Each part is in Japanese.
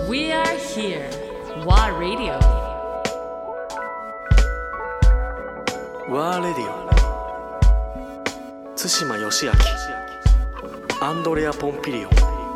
We are here. WA Radio. WA Radio 対馬義明アンドレア・ポンピリオン。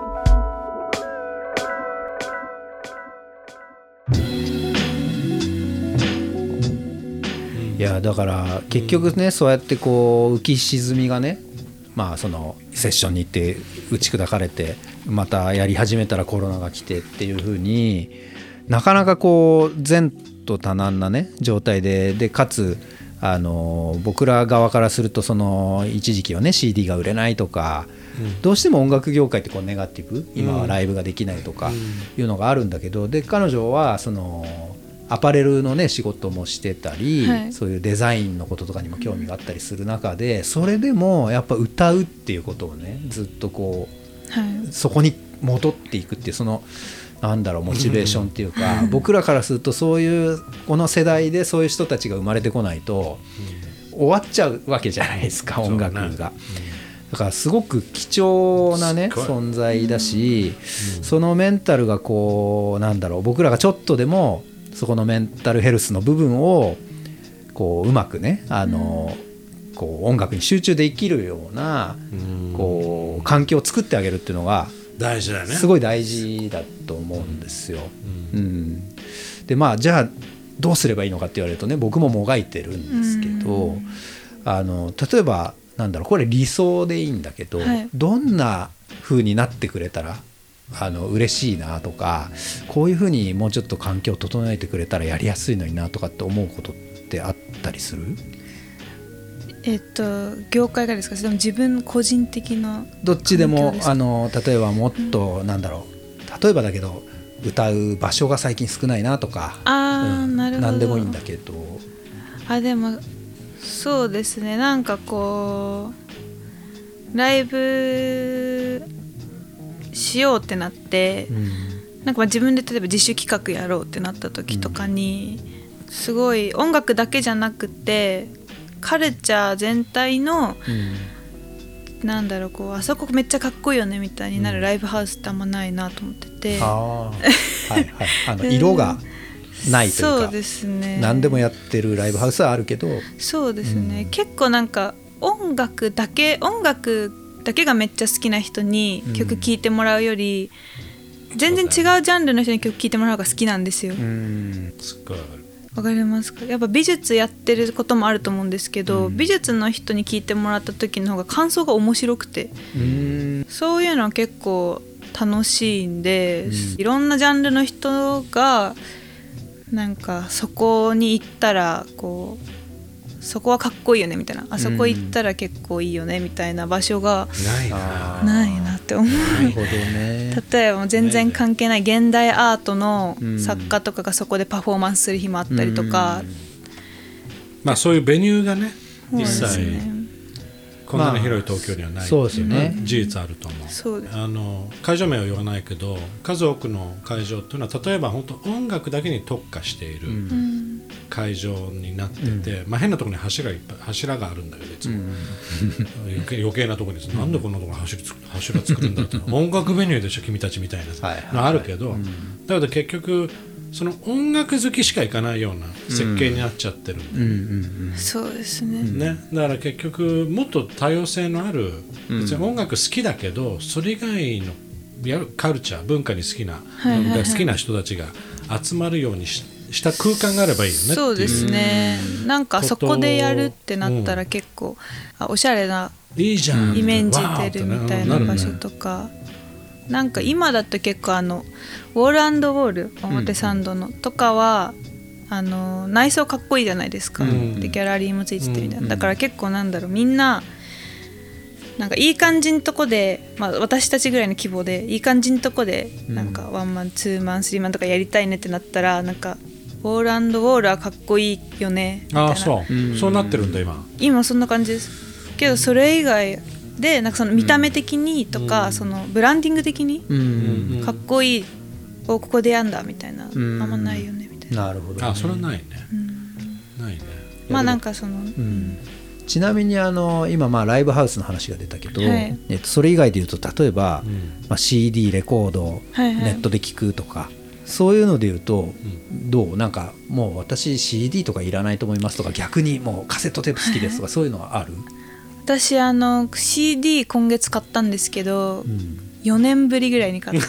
いやだから結局ね、そうやってこう浮き沈みがね、まあそのセッションに行って打ち砕かれて、またやり始めたらコロナが来てっていう風になかなかこう前途多難なね状態でかつ僕ら側からするとその一時期はね CD が売れないとか、どうしても音楽業界ってこうネガティブ、今はライブができないとかいうのがあるんだけど、で彼女はそのアパレルのね仕事もしてたり、はい、そういうデザインのこととかにも興味があったりする中で、それでもやっぱ歌うっていうことをねずっとこう、はい、そこに戻っていくっていうそのなんだろうモチベーションっていうか、僕らからするとそういうこの世代でそういう人たちが生まれてこないと終わっちゃうわけじゃないですか、音楽が。だからすごく貴重なね存在だし、そのメンタルがこうなんだろう、僕らがちょっとでもそこのメンタルヘルスの部分をこううまくねこう音楽に集中できるようなこう環境を作ってあげるっていうのが大事だよね。 すごい大事だと思うんですよ。でまあじゃあどうすればいいのかって言われるとね、僕ももがいてるんですけど、例えばなんだろう、これ理想でいいんだけど、はい、どんな風になってくれたら嬉しいなとか、こういう風にもうちょっと環境を整えてくれたらやりやすいのになとかって思うことってあったりする？ 業界がですか、それとも自分個人的な？どっちでも例えばもっとなんだろう、例えばだけど歌う場所が最近少ないなとか、 なるほど、 何でもいいんだけど。 でもそうですね、なんかこうライブしようってなって、なんかまあ自分で例えば自主企画やろうってなった時とかに、すごい音楽だけじゃなくてカルチャー全体の、なんだろう、こうあそこめっちゃかっこいいよねみたいになるライブハウスってあんまないなと思ってて、 色がないというか、 そうですね、 何でもやってるライブハウスはあるけど、そうですね、結構なんか音楽だけがめっちゃ好きな人に曲聴いてもらうより、全然違うジャンルの人に曲聴いてもらう方が好きなんですよ。 すっごいわかりますか？やっぱ美術やってることもあると思うんですけど、美術の人に聴いてもらった時の方が感想が面白くて、そういうのは結構楽しいんで、いろんなジャンルの人がなんかそこに行ったらこうそこはかっこいいよねみたいな、あそこ行ったら結構いいよねみたいな場所がないなって思う。 なるほどね。 例えば全然関係ない現代アートの作家とかがそこでパフォーマンスする日もあったりとか、 まあそういうベニューがね実際こんなに広い東京にはないっていうのは事実あると思う。 そうです。 会場名は言わないけど、数多くの会場っていうのは例えば本当音楽だけに特化している会場になってて、まあ、変なところに柱があるんだけど、いつも余計なところになんでこんなところに柱作るんだって音楽メニューでしょ君たちみたいなのあるけど、だけど結局その音楽好きしか行かないような設計になっちゃってるんで、 そうですね。 だから結局もっと多様性のある、別に音楽好きだけどそれ以外のカルチャー文化に好きな人たちが集まるようにした空間があればいいよねっていう。 そうですね。なんかそこでやるってなったら結構おしゃれなイメージ出るみたいな場所とか、なんか今だと結構ウォール&ウォール表参道のとかは内装かっこいいじゃないですか、でギャラリーもついててみたいな、だから結構なんだろう、みんななんかいい感じのとこで、まあ、私たちぐらいの規模でいい感じのとこでなんかワンマンツーマンスリーマンとかやりたいねってなったら、なんかウォール&ウォールはかっこいいよねみたいな。 そうなってるんだ今そんな感じですけど、それ以外でなんかその見た目的にとか、そのブランディング的にかっこいいをここでやんだみたいな、あんまないよねみたいな。 なるほど、 それはないね、ないね。 まあなんかその、 ちなみに今まあライブハウスの話が出たけど、それ以外で言うと例えば、CD レコード、ネットで聴くとか、 そういうので言うと、どうなんかもう私 CD とかいらないと思いますとか、逆にもうカセットテープ好きですとか、そういうのはある？ 私CD 今月買ったんですけど、4年ぶりぐらいに買って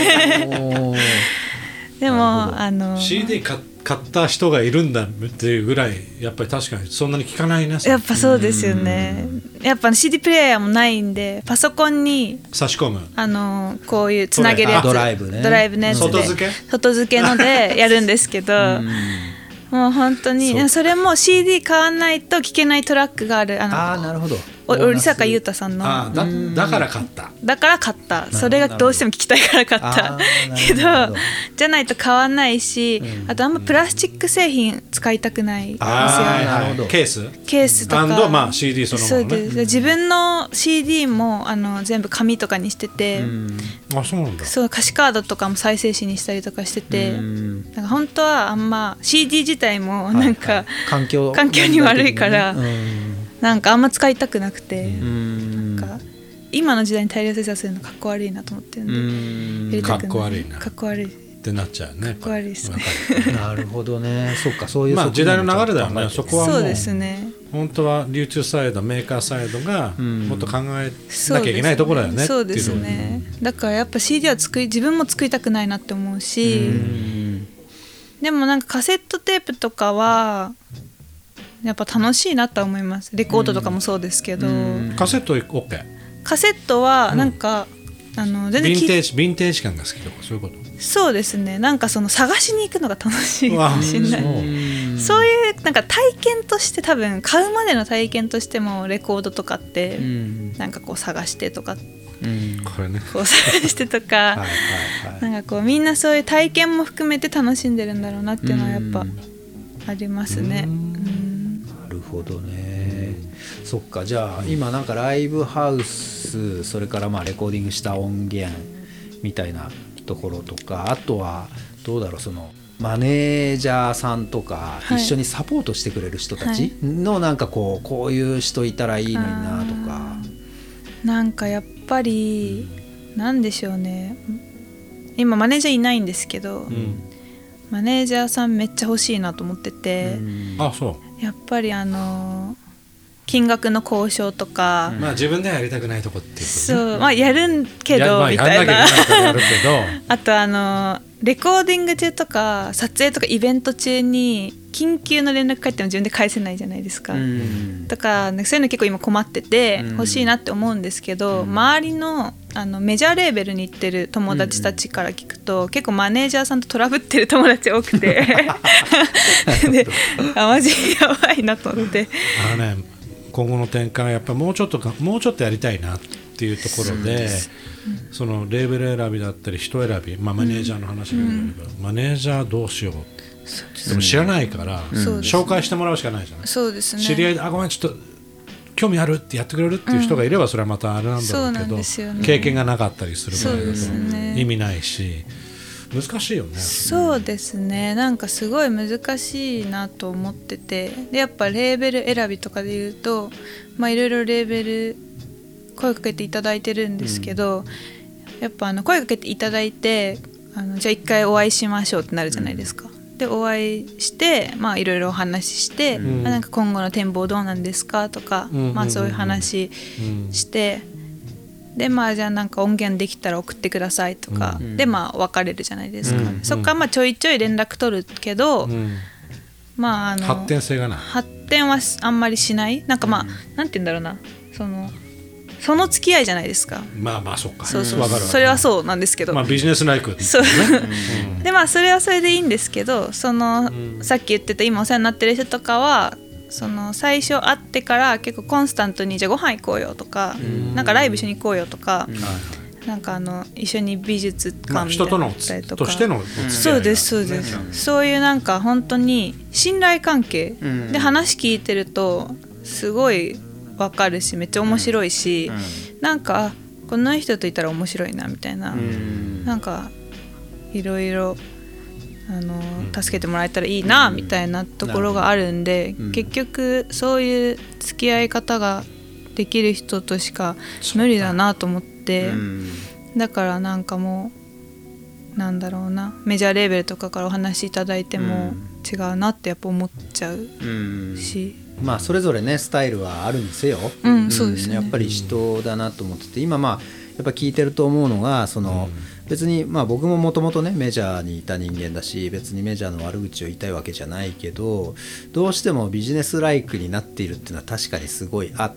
でも CD 買った人がいるんだっていうぐらい、やっぱり確かにそんなに聞かないね。 やっぱそうですよね。やっぱ CD プレイヤーもないんで、パソコンに差し込むこういうつなげるやつ、 ドライブね、 ドライブのやつで外付けのでやるんですけどもう本当にそれも CD 買わないと聴けないトラックがある。 なるほど。 織坂優太さんのだから買ったそれがどうしても聞きたいから買ったけど、じゃないと買わないし、あとあんまプラスチック製品使いたくないんですよ。 ケースとか CD そのものね。 そうです。自分の CD も全部紙とかにしてて、 そうなんだ。 そう歌詞カードとかも再生紙にしたりとかしてて、なんか本当はあんま CD 自体もなんか環境に悪いから、なんかあんま使いたくなくて、なんか今の時代に大量生産するのかっこ悪いなと思ってるんで、やりたくない。かっこ悪いってなっちゃうね。 かっこ悪いですね。 なるほどね。そうか、そういう時代の流れだよね。そこはもうそうですね。 本当は流通サイド、メーカーサイドがもっと考えなきゃいけないところだよね。 そうですね。だからやっぱ CD は自分も作りたくないなって思うし、でもなんかカセットテープとかはやっぱ楽しいなと思います。レコードとかもそうですけど、 カセット OK？ カセットはなんか、全然ヴィンテージ感が好きとかそういうこと？ そうですね。なんかその探しに行くのが楽しいかもしれない。そういうなんか体験として、多分買うまでの体験としてもレコードとかってなんかこう探してとか、これね、 こう探してとかなんかこうみんなそういう体験も含めて楽しんでるんだろうなっていうのはやっぱありますね。 なるほどね。そっか。じゃあ今なんかライブハウス、それからレコーディングした音源みたいなところとか、あとはどうだろう、そのマネージャーさんとか一緒にサポートしてくれる人たちのなんかこういう人いたらいいのになとか。 なんかやっぱりなんでしょうね。今マネージャーいないんですけど、マネージャーさんめっちゃ欲しいなと思ってて、 そうやっぱり金額の交渉とか、 自分ではやりたくないとこっていうことね。 そう、やるけどみたいな。あとレコーディング中とか撮影とかイベント中に緊急の連絡返っても自分で返せないじゃないですか。とかそういうの結構今困ってて欲しいなって思うんですけど、周りのメジャーレーベルに行ってる友達たちから聞くと、結構マネージャーさんとトラブってる友達多くてでマジやばいなと思って。 今後の展開はやっぱりもうちょっとやりたいなっていうところで、そのレーベル選びだったり人選び、マネージャーの話があるけど、マネージャーどうしよう、でも知らないから、紹介してもらうしかないじゃない。 そうですね。 知り合いでごめんちょっと興味あるってやってくれるっていう人がいればそれはまたあれなんだろうけど、経験がなかったりする場合だと意味ないし、難しいよね。 そうですね。なんかすごい難しいなと思ってて、でやっぱレーベル選びとかで言うと、いろいろレーベル声かけていただいてるんですけど、やっぱ声かけていただいてじゃあ一回お会いしましょうってなるじゃないですか。でお会いしていろいろお話しして、なんか今後の展望どうなんですかとか、そういう話して、でじゃあなんか音源できたら送ってくださいとか、で別れるじゃないですか。そっからちょいちょい連絡取るけど、 発展性がない。 発展はあんまりしない。なんかなんて言うんだろうな、その付き合いじゃないですか。 そうか。 それはそうなんですけど、 ビジネスライク、 そうでそれはそれでいいんですけど、さっき言ってた今お世話になってる人とかは最初会ってから結構コンスタントにじゃあご飯行こうよとか、なんかライブしに行こうよとか、なんか一緒に美術館みたいなの行ったりとか、 人としてのそうですそうです、そういうなんか本当に信頼関係で話聞いてるとすごい分かるし、めっちゃ面白いし、なんかこの人といたら面白いなみたいな、なんかいろいろ助けてもらえたらいいなみたいなところがあるんで、結局そういう付き合い方ができる人としか無理だなと思って、だからなんかもなんだろうな、メジャーレーベルとかからお話いただいても違うなってやっぱ思っちゃうし、 まあそれぞれねスタイルはあるんですよ、 そうですね、 やっぱり人だなと思ってて、今まあやっぱ聞いてると思うのがその、別にまあ僕ももともとねメジャーにいた人間だし、別にメジャーの悪口を言いたいわけじゃないけど、どうしてもビジネスライクになっているっていうのは確かにすごいあって、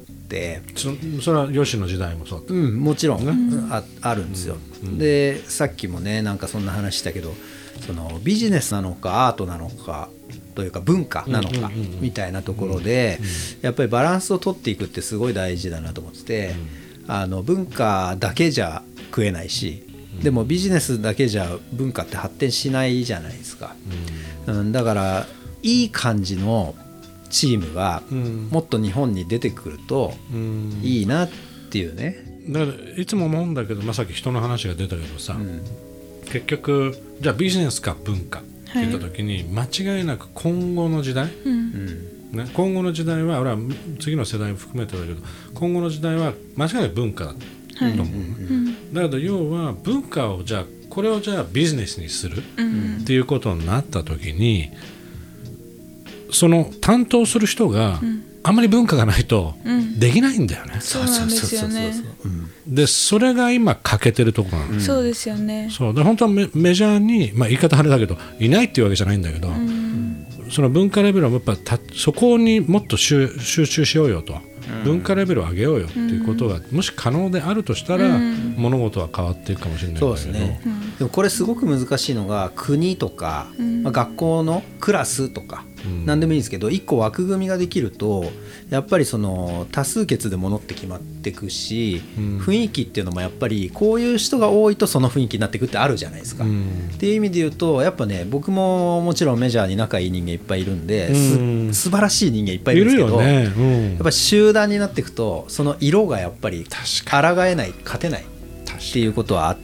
それは吉の時代もそうだった、 もちろん、あるんですよ、でさっきもねなんかそんな話したけど、そのビジネスなのかアートなのかというか文化なのかみたいなところで、やっぱりバランスを取っていくってすごい大事だなと思ってて、文化だけじゃ食えないし、でもビジネスだけじゃ文化って発展しないじゃないですか、だからいい感じのチームがもっと日本に出てくるといいなっていうね。 だからいつも思うんだけど、さっき人の話が出たけどさ、結局じゃあビジネスか文化って言った時に、間違いなく今後の時代、ね、今後の時代は俺は次の世代も含めてだけど、今後の時代は間違いなく文化だと思う、だけど要は文化をじゃあこれをじゃあビジネスにするっていうことになった時に、その担当する人があんまり文化がないとできないんだよね。 そうなんですよね。 でそれが今欠けてるところなの、 そうですよね。 そうで本当はメジャーに、言い方あれだけどいないっていうわけじゃないんだけど、その文化レベルをやっぱそこにもっと集中しようよと、文化レベルを上げようよっていうことがもし可能であるとしたら、物事は変わっていくかもしれないんだけど、 そうですね、でもこれすごく難しいのが国とか、学校のクラスとか、何でもいいんですけど、1個枠組みができるとやっぱりその多数決で物って決まっていくし、雰囲気っていうのもやっぱりこういう人が多いとその雰囲気になっていくってあるじゃないですか、っていう意味で言うとやっぱね、僕ももちろんメジャーに仲いい人間いっぱいいるんで、素晴らしい人間いっぱいいるんですけど、やっぱり集団になっていくとその色がやっぱり抗えない、勝てないっていうことはあって、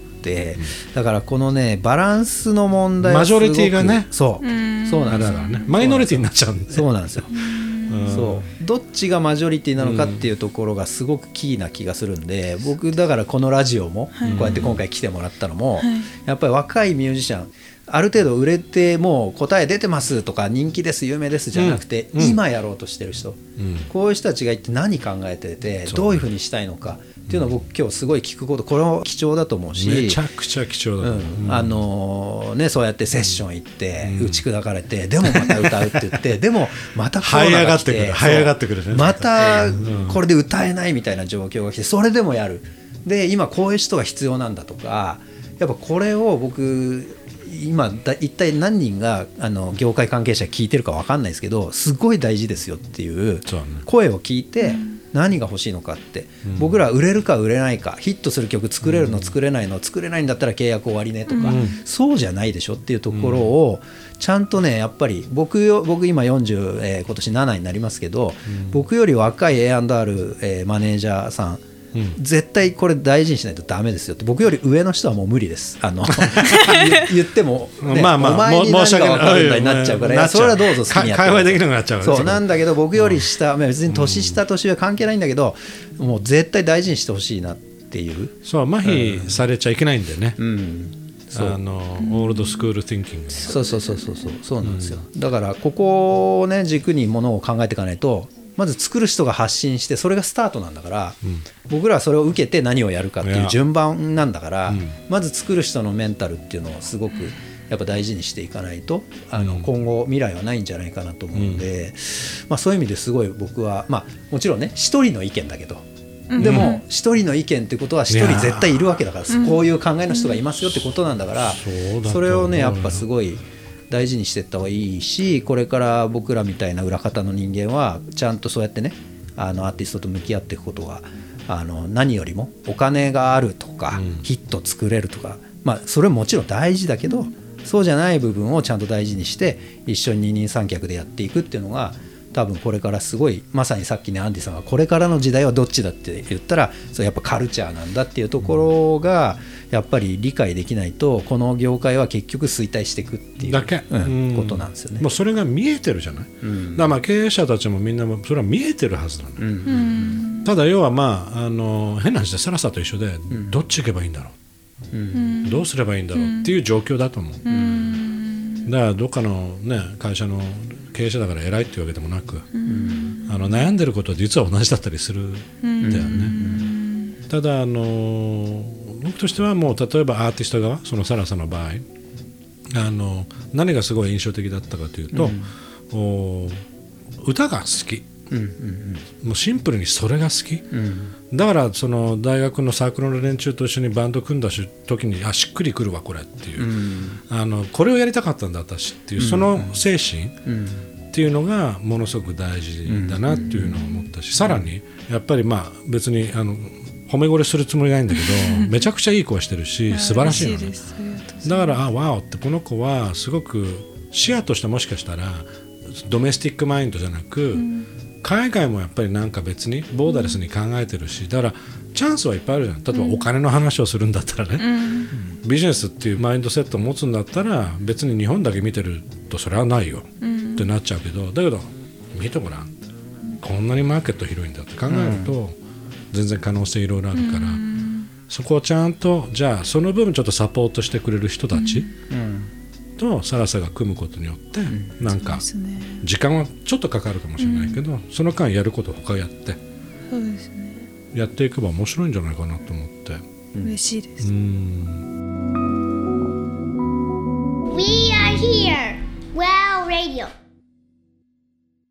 だからこのねバランスの問題はすごく、マジョリティがね、そうなんですよね、 マイノリティになっちゃうんで、 そうなんですよ、そうどっちがマジョリティなのかっていうところがすごくキーな気がするんで、僕だからこのラジオもこうやって今回来てもらったのも、やっぱり若いミュージシャンある程度売れてもう答え出てますとか人気です有名ですじゃなくて、今やろうとしてる人、こういう人たちが一体何考えててどういうふうにしたいのかっていうのを僕今日すごい聞くこと、これは貴重だと思うし、 めちゃくちゃ貴重だと思う、 そうやってセッション行って打ち砕かれて、でもまた歌うって言ってでもまたコロナが来て這い上がってくるね、 またこれで歌えないみたいな状況が来て、それでもやる、で今こういう人が必要なんだとか、やっぱこれを僕今一体何人が業界関係者聞いてるか分かんないですけど、すごい大事ですよっていう声を聞いて、何が欲しいのかって、僕ら売れるか売れないか、ヒットする曲作れるの作れないの、作れないんだったら契約終わりねとか、そうじゃないでしょっていうところをちゃんとね、やっぱり僕今40、今年7になりますけど、僕より若い A&R、マネージャーさん、絶対これ大事にしないとダメですよって、僕より上の人はもう無理です、言っても、ね、お前に何が分かるんだになっちゃうから、それはどうぞ好きにやって会話できなくなっちゃう、 そうなんだけど、僕より下、別に年下年上関係ないんだけど、もう絶対大事にしてほしいなっていう、 そう麻痺されちゃいけないんだよね、オールドスクールティンキング、 そうなんですよ、だからここをね軸にものを考えていかないと、まず作る人が発信して、それがスタートなんだから、僕らはそれを受けて何をやるかっていう順番なんだから、まず作る人のメンタルっていうのをすごくやっぱ大事にしていかないと、今後未来はないんじゃないかなと思うので、そういう意味ですごい僕は、もちろんね一人の意見だけど、でも一人の意見ってことは一人絶対いるわけだから、こういう考えの人がいますよってことなんだから、それをねやっぱすごい大事にしていった方がいいし、これから僕らみたいな裏方の人間はちゃんとそうやってね、アーティストと向き合っていくことが何よりも、お金があるとか、ヒット作れるとか、それももちろん大事だけど、そうじゃない部分をちゃんと大事にして一緒に二人三脚でやっていくっていうのが、多分これからすごい、まさにさっきねアンディさんがこれからの時代はどっちだって言ったら、それやっぱカルチャーなんだっていうところがやっぱり理解できないと、この業界は結局衰退していくっていうことなんですよね。 もうそれが見えてるじゃない、だから経営者たちもみんなそれは見えてるはずなの、ただ要は変な話でサラサと一緒で、どっち行けばいいんだろうどうすればいいんだろうっていう状況だと思う、だからどっかの、ね、会社の経営者だから偉いっていうわけでもなく、悩んでることは実は同じだったりするんだよね、ただ僕としてはもう例えばアーティスト側、そのサラさんの場合何がすごい印象的だったかというと、歌が好き、もうシンプルにそれが好き、だからその大学のサークルの連中と一緒にバンド組んだ時にしっくりくるわこれっていう、これをやりたかったんだ私っていうその精神っていうのがものすごく大事だなっていうのを思ったし、さらにやっぱりまあ別に褒め惚れするつもりないんだけどめちゃくちゃいい声してるし素晴らしいのね。だからワオってこの子はすごく視野としてもしかしたらドメスティックマインドじゃなく、海外もやっぱりなんか別にボーダレスに考えてるし、だからチャンスはいっぱいあるじゃん。例えばお金の話をするんだったらね、ビジネスっていうマインドセットを持つんだったら別に日本だけ見てるとそれはないよってなっちゃうけど、だけど見てごらん、こんなにマーケット広いんだって考えると全然可能性いろいろあるから、そこをちゃんとじゃあその分ちょっとサポートしてくれる人たちとサラサが組むことによって、なんか時間はちょっとかかるかもしれないけど、その間やること他やってやっていけば面白いんじゃないかなと思って嬉しいです。 We are here